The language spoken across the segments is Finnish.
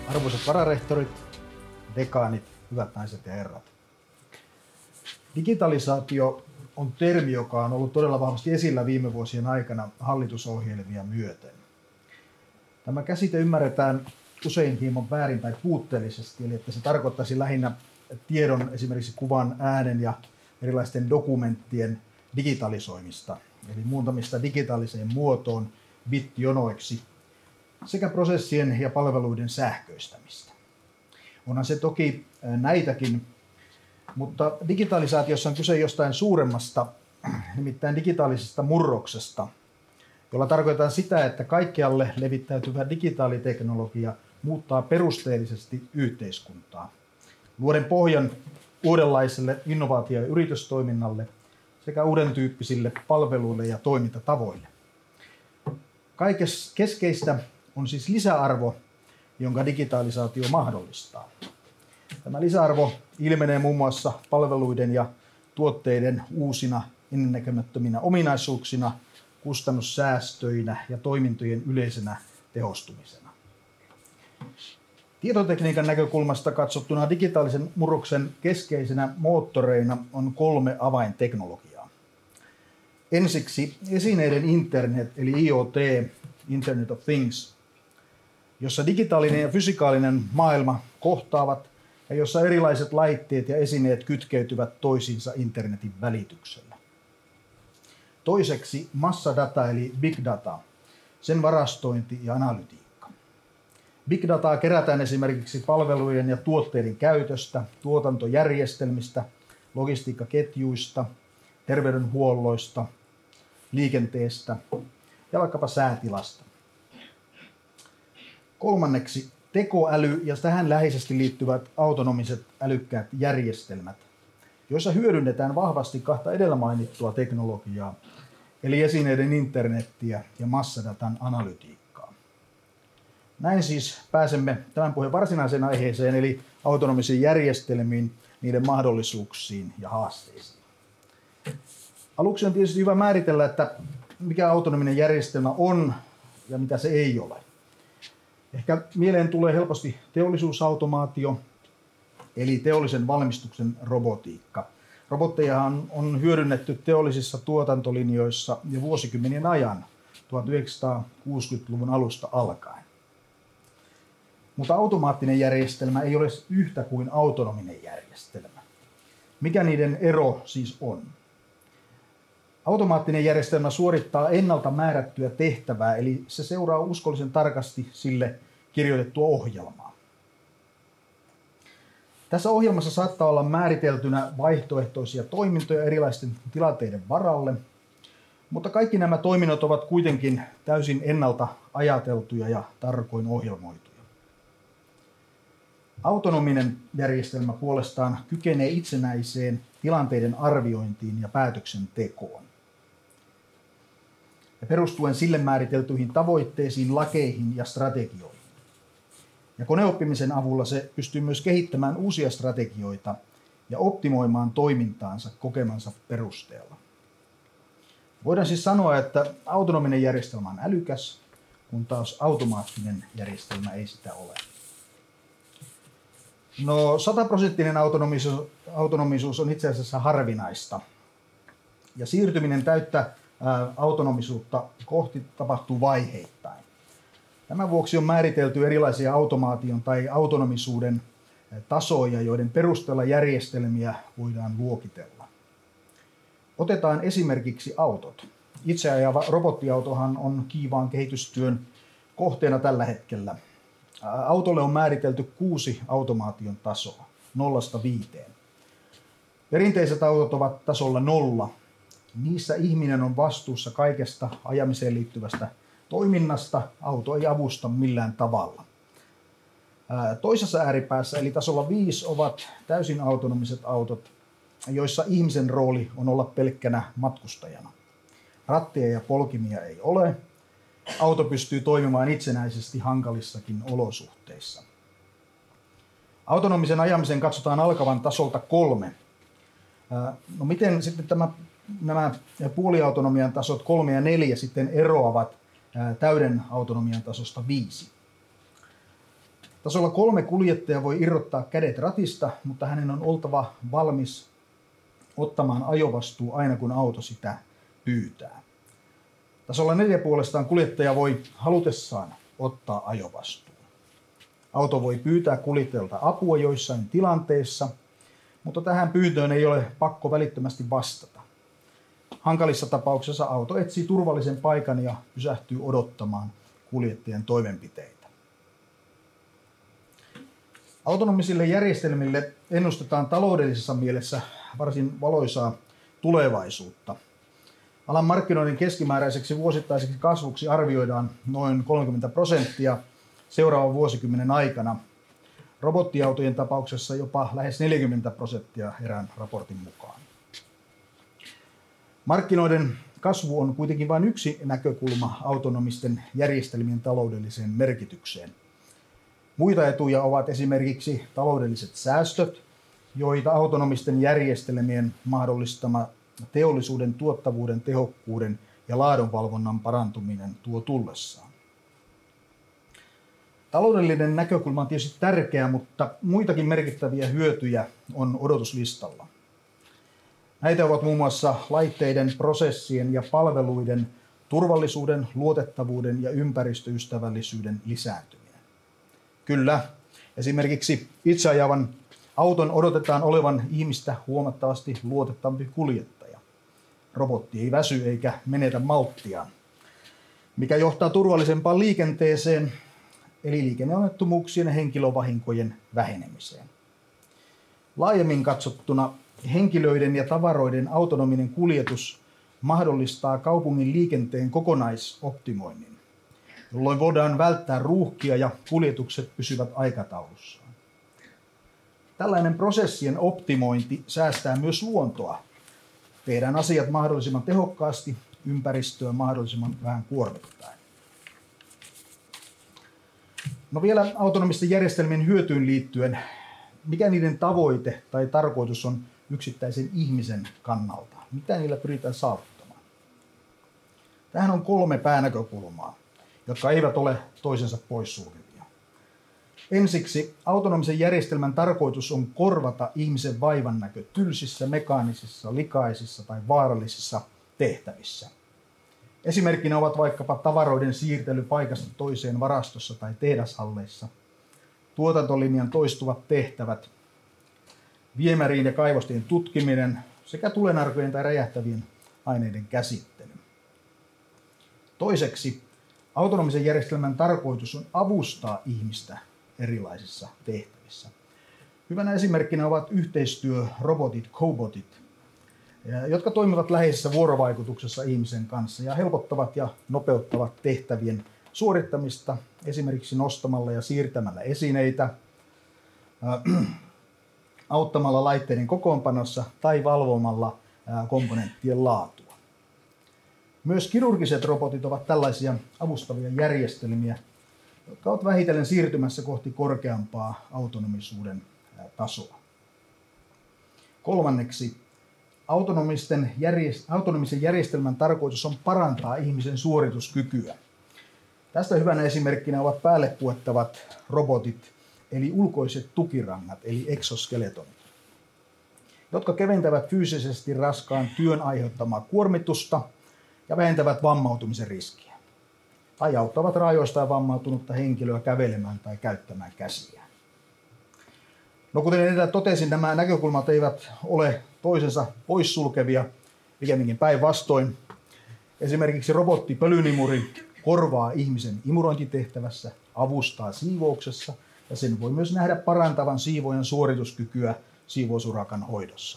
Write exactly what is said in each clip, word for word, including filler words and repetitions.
Arvoisat vararehtorit, dekaanit, hyvät naiset ja herrat. Digitalisaatio on termi, joka on ollut todella vahvasti esillä viime vuosien aikana hallitusohjelmia myöten. Tämä käsite ymmärretään usein hieman väärin tai puutteellisesti, eli että se tarkoittaisi lähinnä tiedon, esimerkiksi kuvan, äänen ja erilaisten dokumenttien digitalisoimista, eli muuntamista digitaaliseen muotoon bitjonoiksi, sekä prosessien ja palveluiden sähköistämistä. Onhan se toki näitäkin, mutta digitalisaatiossa on kyse jostain suuremmasta, nimittäin digitaalisesta murroksesta, jolla tarkoitetaan sitä, että kaikkialle levittäytyvä digitaaliteknologia muuttaa perusteellisesti yhteiskuntaa, luoden pohjan uudenlaiselle innovaatio- ja yritystoiminnalle sekä uuden tyyppisille palveluille ja toimintatavoille. Kaikessa keskeistä on siis lisäarvo, jonka digitalisaatio mahdollistaa. Tämä lisäarvo ilmenee muun muassa palveluiden ja tuotteiden uusina ennennäkemättöminä ominaisuuksina, kustannussäästöinä ja toimintojen yleisenä tehostumisena. Tietotekniikan näkökulmasta katsottuna digitaalisen murroksen keskeisenä moottoreina on kolme avainteknologiaa. Ensiksi esineiden internet eli I O T, Internet of Things, jossa digitaalinen ja fysikaalinen maailma kohtaavat ja jossa erilaiset laitteet ja esineet kytkeytyvät toisiinsa internetin välityksellä. Toiseksi massadata eli big data, sen varastointi ja analytiikka. Big dataa kerätään esimerkiksi palvelujen ja tuotteiden käytöstä, tuotantojärjestelmistä, logistiikkaketjuista, terveydenhuolloista, liikenteestä ja vaikkapa säätilasta. Kolmanneksi tekoäly ja tähän läheisesti liittyvät autonomiset älykkäät järjestelmät, joissa hyödynnetään vahvasti kahta edellä mainittua teknologiaa, eli esineiden internettiä ja massadatan analytiikkaa. Näin siis pääsemme tämän puheen varsinaiseen aiheeseen, eli autonomisiin järjestelmiin, niiden mahdollisuuksiin ja haasteisiin. Aluksi on tietysti hyvä määritellä, että mikä autonominen järjestelmä on ja mitä se ei ole. Ehkä mieleen tulee helposti teollisuusautomaatio, eli teollisen valmistuksen robotiikka. Robottejahan on hyödynnetty teollisissa tuotantolinjoissa jo vuosikymmenien ajan, tuhatyhdeksänsataakuusikymmentäluvun alusta alkaen. Mutta automaattinen järjestelmä ei ole yhtä kuin autonominen järjestelmä. Mikä niiden ero siis on? Automaattinen järjestelmä suorittaa ennalta määrättyä tehtävää, eli se seuraa uskollisen tarkasti sille kirjoitettua ohjelmaa. Tässä ohjelmassa saattaa olla määriteltynä vaihtoehtoisia toimintoja erilaisten tilanteiden varalle, mutta kaikki nämä toiminnot ovat kuitenkin täysin ennalta ajateltuja ja tarkoin ohjelmoituja. Autonominen järjestelmä puolestaan kykenee itsenäiseen tilanteiden arviointiin ja päätöksentekoon. Ja perustuen sille määriteltyihin tavoitteisiin, lakeihin ja strategioihin. Ja koneoppimisen avulla se pystyy myös kehittämään uusia strategioita ja optimoimaan toimintaansa kokemansa perusteella. Voidaan siis sanoa, että autonominen järjestelmä on älykäs, kun taas automaattinen järjestelmä ei sitä ole. No, sataprosenttinen autonomisuus, autonomisuus on itse asiassa harvinaista. Ja siirtyminen täyttä ää, autonomisuutta kohti tapahtuu vaiheittain. Tämän vuoksi on määritelty erilaisia automaation tai autonomisuuden tasoja, joiden perusteella järjestelmiä voidaan luokitella. Otetaan esimerkiksi autot. Itseajava robottiautohan on kiivaan kehitystyön kohteena tällä hetkellä. Autolle on määritelty kuusi automaation tasoa, nollasta viiteen. Perinteiset autot ovat tasolla nolla. Niissä ihminen on vastuussa kaikesta ajamiseen liittyvästä toiminnasta, auto ei avusta millään tavalla. Toisessa ääripäässä eli tasolla viisi ovat täysin autonomiset autot, joissa ihmisen rooli on olla pelkkänä matkustajana. Rattia ja polkimia ei ole. Auto pystyy toimimaan itsenäisesti hankalissakin olosuhteissa. Autonomisen ajamisen katsotaan alkavan tasolta kolme. No miten sitten tämä, nämä puoliautonomian tasot kolme ja neljä sitten eroavat täyden autonomian tasosta viisi? Tasolla kolme kuljettaja voi irrottaa kädet ratista, mutta hänen on oltava valmis ottamaan ajovastuu aina kun auto sitä pyytää. Tasolla neljä puolestaan kuljettaja voi halutessaan ottaa ajovastuun. Auto voi pyytää kuljettajalta apua joissain tilanteissa, mutta tähän pyyntöön ei ole pakko välittömästi vastata. Hankalissa tapauksissa auto etsii turvallisen paikan ja pysähtyy odottamaan kuljettajan toimenpiteitä. Autonomisille järjestelmille ennustetaan taloudellisessa mielessä varsin valoisaa tulevaisuutta. Alan markkinoiden keskimääräiseksi vuosittaiseksi kasvuksi arvioidaan noin kolmekymmentä prosenttia seuraavan vuosikymmenen aikana. Robottiautojen tapauksessa jopa lähes neljäkymmentä prosenttia erään raportin mukaan. Markkinoiden kasvu on kuitenkin vain yksi näkökulma autonomisten järjestelmien taloudelliseen merkitykseen. Muita etuja ovat esimerkiksi taloudelliset säästöt, joita autonomisten järjestelmien mahdollistama teollisuuden tuottavuuden, tehokkuuden ja laadunvalvonnan parantuminen tuo tullessaan. Taloudellinen näkökulma on tietysti tärkeä, mutta muitakin merkittäviä hyötyjä on odotuslistalla. Näitä ovat muun muassa laitteiden, prosessien ja palveluiden turvallisuuden, luotettavuuden ja ympäristöystävällisyyden lisääntyminen. Kyllä, esimerkiksi itseajavan auton odotetaan olevan ihmistä huomattavasti luotettavampi kuljettaja. Robotti ei väsy eikä menetä malttiaan, mikä johtaa turvallisempaan liikenteeseen, eli liikenneonnettomuuksien ja henkilövahinkojen vähenemiseen. Laajemmin katsottuna henkilöiden ja tavaroiden autonominen kuljetus mahdollistaa kaupungin liikenteen kokonaisoptimoinnin, jolloin voidaan välttää ruuhkia ja kuljetukset pysyvät aikataulussaan. Tällainen prosessien optimointi säästää myös luontoa. Tehdään asiat mahdollisimman tehokkaasti, ympäristöä mahdollisimman vähän kuormittaen. No vielä autonomisten järjestelmien hyötyyn liittyen, mikä niiden tavoite tai tarkoitus on yksittäisen ihmisen kannalta? Mitä niillä pyritään saavuttamaan? Tähän on kolme päänäkökulmaa, jotka eivät ole toisensa poissulkevia. Ensiksi autonomisen järjestelmän tarkoitus on korvata ihmisen vaivannäkö tylsissä, mekaanisissa, likaisissa tai vaarallisissa tehtävissä. Esimerkkinä ovat vaikkapa tavaroiden siirtely paikasta toiseen varastossa tai tehdashalleissa, tuotantolinjan toistuvat tehtävät, viemäriin ja kaivostien tutkiminen sekä tulenarkojen tai räjähtävien aineiden käsittely. Toiseksi, autonomisen järjestelmän tarkoitus on avustaa ihmistä erilaisissa tehtävissä. Hyvänä esimerkkinä ovat yhteistyörobotit, cobotit, jotka toimivat läheisessä vuorovaikutuksessa ihmisen kanssa ja helpottavat ja nopeuttavat tehtävien suorittamista esimerkiksi nostamalla ja siirtämällä esineitä, auttamalla laitteiden kokoonpanossa tai valvomalla komponenttien laatua. Myös kirurgiset robotit ovat tällaisia avustavia järjestelmiä, jotka ovat vähitellen siirtymässä kohti korkeampaa autonomisuuden tasoa. Kolmanneksi, autonomisten järjest- autonomisen järjestelmän tarkoitus on parantaa ihmisen suorituskykyä. Tästä hyvänä esimerkkinä ovat päälle puettavat robotit, eli ulkoiset tukirangat, eli exoskeletonit, jotka keventävät fyysisesti raskaan työn aiheuttamaa kuormitusta ja vähentävät vammautumisen riskiä, tai auttavat rajoistaan vammautunutta henkilöä kävelemään tai käyttämään käsiään. No kuten edellä totesin, nämä näkökulmat eivät ole toisensa poissulkevia, pikemminkin päinvastoin. Esimerkiksi robotti pölynimuri korvaa ihmisen imurointitehtävässä, avustaa siivouksessa ja sen voi myös nähdä parantavan siivoojan suorituskykyä siivousurakan hoidossa.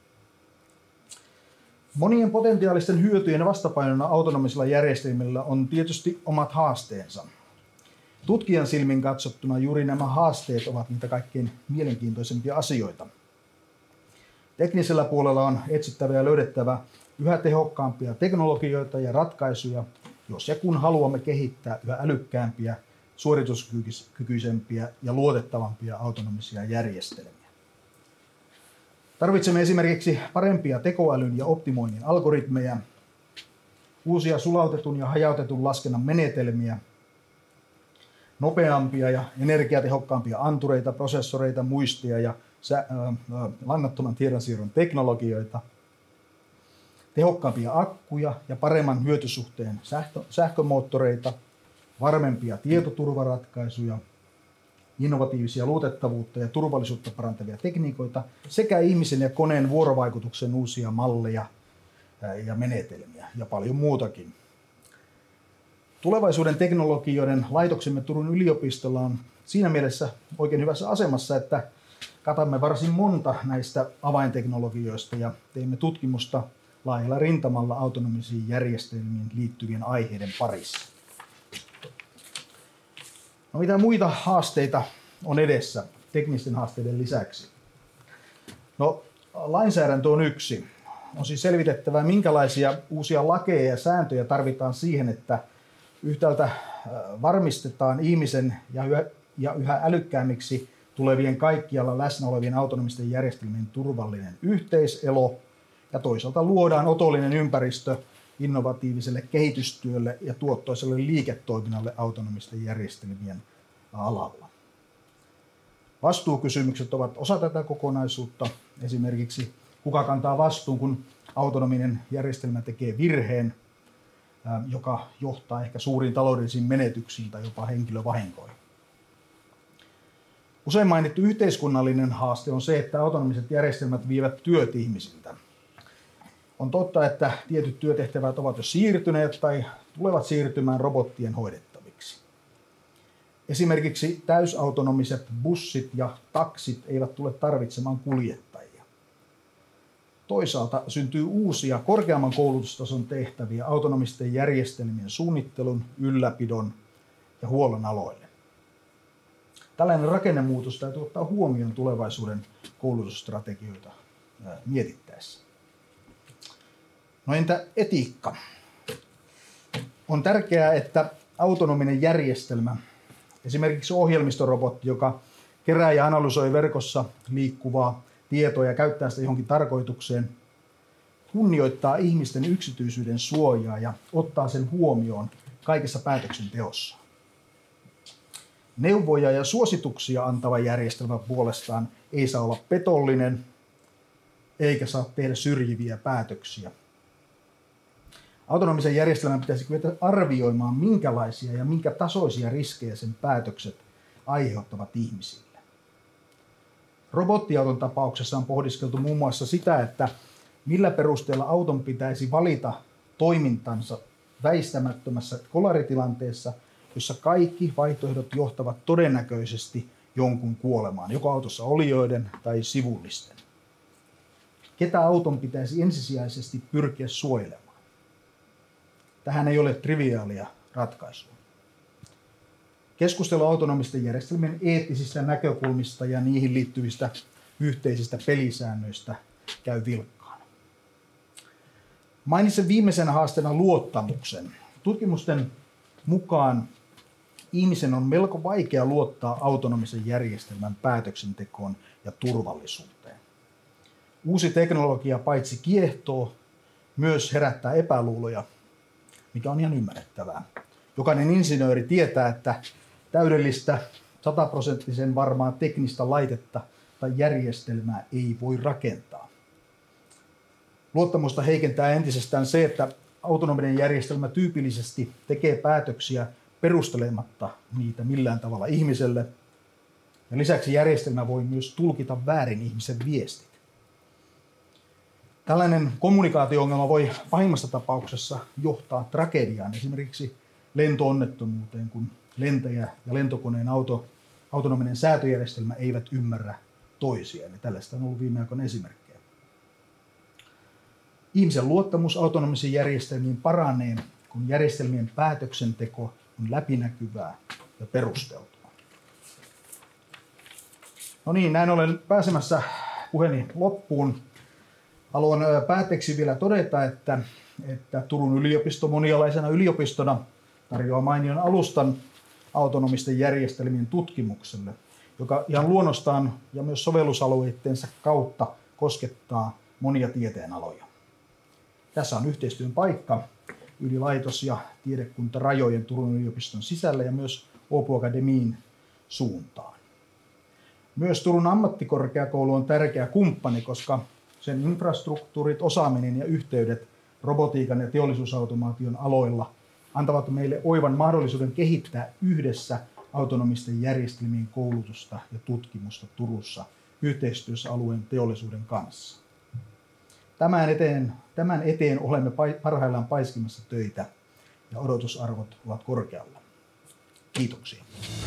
Monien potentiaalisten hyötyjen vastapainona autonomisilla järjestelmillä on tietysti omat haasteensa. Tutkijan silmin katsottuna juuri nämä haasteet ovat niitä kaikkein mielenkiintoisempia asioita. Teknisellä puolella on etsittävä ja löydettävä yhä tehokkaampia teknologioita ja ratkaisuja, jos ja kun haluamme kehittää yhä älykkäämpiä, suorituskykyisempiä ja luotettavampia autonomisia järjestelmiä. Tarvitsemme esimerkiksi parempia tekoälyn ja optimoinnin algoritmeja, uusia sulautetun ja hajautetun laskennan menetelmiä, nopeampia ja energiatehokkaampia antureita, prosessoreita, muistia ja sä, äh, langattoman tiedonsiirron teknologioita, tehokkaampia akkuja ja paremman hyötysuhteen sähkö, sähkömoottoreita, varmempia tietoturvaratkaisuja, innovatiivisia luotettavuutta ja turvallisuutta parantavia tekniikoita sekä ihmisen ja koneen vuorovaikutuksen uusia malleja ja menetelmiä ja paljon muutakin. Tulevaisuuden teknologioiden laitoksemme Turun yliopistolla on siinä mielessä oikein hyvässä asemassa, että katamme varsin monta näistä avainteknologioista ja teemme tutkimusta laajalla rintamalla autonomisiin järjestelmiin liittyvien aiheiden parissa. No, mitä muita haasteita on edessä teknisten haasteiden lisäksi? No, lainsäädäntö on yksi. On siis selvitettävä, minkälaisia uusia lakeja ja sääntöjä tarvitaan siihen, että yhtäältä varmistetaan ihmisen ja yhä, ja yhä älykkäämmiksi tulevien kaikkialla läsnä olevien autonomisten järjestelmien turvallinen yhteiselo ja toisaalta luodaan otollinen ympäristö innovatiiviselle kehitystyölle ja tuottoiselle liiketoiminnalle autonomisten järjestelmien alalla. Vastuukysymykset ovat osa tätä kokonaisuutta. Esimerkiksi kuka kantaa vastuun, kun autonominen järjestelmä tekee virheen, joka johtaa ehkä suuriin taloudellisiin menetyksiin tai jopa henkilövahinkoihin. Usein mainittu yhteiskunnallinen haaste on se, että autonomiset järjestelmät vievät työt ihmisiltä. On totta, että tietyt työtehtävät ovat jo siirtyneet tai tulevat siirtymään robottien hoidettaviksi. Esimerkiksi täysautonomiset bussit ja taksit eivät tule tarvitsemaan kuljettajia. Toisaalta syntyy uusia korkeamman koulutustason tehtäviä autonomisten järjestelmien suunnittelun, ylläpidon ja huollon aloille. Tällainen rakennemuutos täytyy ottaa huomioon tulevaisuuden koulutusstrategioita mietittäessä. No entä etiikka? On tärkeää, että autonominen järjestelmä, esimerkiksi ohjelmistorobotti, joka kerää ja analysoi verkossa liikkuvaa tietoa ja käyttää sitä johonkin tarkoitukseen, kunnioittaa ihmisten yksityisyyden suojaa ja ottaa sen huomioon kaikessa päätöksenteossa. Neuvoja ja suosituksia antava järjestelmä puolestaan ei saa olla petollinen eikä saa tehdä syrjiviä päätöksiä. Autonomisen järjestelmän pitäisi kyetä arvioimaan, minkälaisia ja minkä tasoisia riskejä sen päätökset aiheuttavat ihmisille. Robottiauton tapauksessa on pohdiskeltu muun muassa sitä, että millä perusteella auton pitäisi valita toimintansa väistämättömässä kolaritilanteessa, jossa kaikki vaihtoehdot johtavat todennäköisesti jonkun kuolemaan, joko autossa olijoiden tai sivullisten. Ketä auton pitäisi ensisijaisesti pyrkiä suojelemaan? Tähän ei ole triviaalia ratkaisua. Keskustelu autonomisten järjestelmien eettisistä näkökulmista ja niihin liittyvistä yhteisistä pelisäännöistä käy vilkkaan. Mainitsen viimeisenä haasteena luottamuksen. Tutkimusten mukaan ihmisen on melko vaikea luottaa autonomisen järjestelmän päätöksentekoon ja turvallisuuteen. Uusi teknologia paitsi kiehtoo, myös herättää epäluuloja, mikä on ihan ymmärrettävää. Jokainen insinööri tietää, että täydellistä, sataprosenttisen varmaa teknistä laitetta tai järjestelmää ei voi rakentaa. Luottamusta heikentää entisestään se, että autonominen järjestelmä tyypillisesti tekee päätöksiä perustelematta niitä millään tavalla ihmiselle. Ja lisäksi järjestelmä voi myös tulkita väärin ihmisen viestit. Tällainen kommunikaatio-ongelma voi pahimmassa tapauksessa johtaa tragediaan, esimerkiksi lentoonnettomuuteen, kun lentäjä ja lentokoneen auto, autonominen säätöjärjestelmä eivät ymmärrä toisiaan. Ja tällaista on ollut viime aikoina esimerkkejä. Ihmisen luottamus autonomisiin järjestelmiin paranee, kun järjestelmien päätöksenteko on läpinäkyvää ja perusteltua. No niin, näin olen pääsemässä puheeni loppuun. Haluan päätteeksi vielä todeta, että, että Turun yliopisto monialaisena yliopistona tarjoaa mainion alustan autonomisten järjestelmien tutkimukselle, joka ihan luonnostaan ja myös sovellusalueitteensa kautta koskettaa monia tieteenaloja. Tässä on yhteistyön paikka yli laitos- ja tiedekuntarajojen Turun yliopiston sisällä ja myös Åbo Akademin suuntaan. Myös Turun ammattikorkeakoulu on tärkeä kumppani, koska sen infrastruktuurit, osaaminen ja yhteydet robotiikan ja teollisuusautomaation aloilla antavat meille oivan mahdollisuuden kehittää yhdessä autonomisten järjestelmien koulutusta ja tutkimusta Turussa yhteistyössä alueen teollisuuden kanssa. Tämän eteen, tämän eteen olemme parhaillaan paiskimassa töitä ja odotusarvot ovat korkealla. Kiitoksia.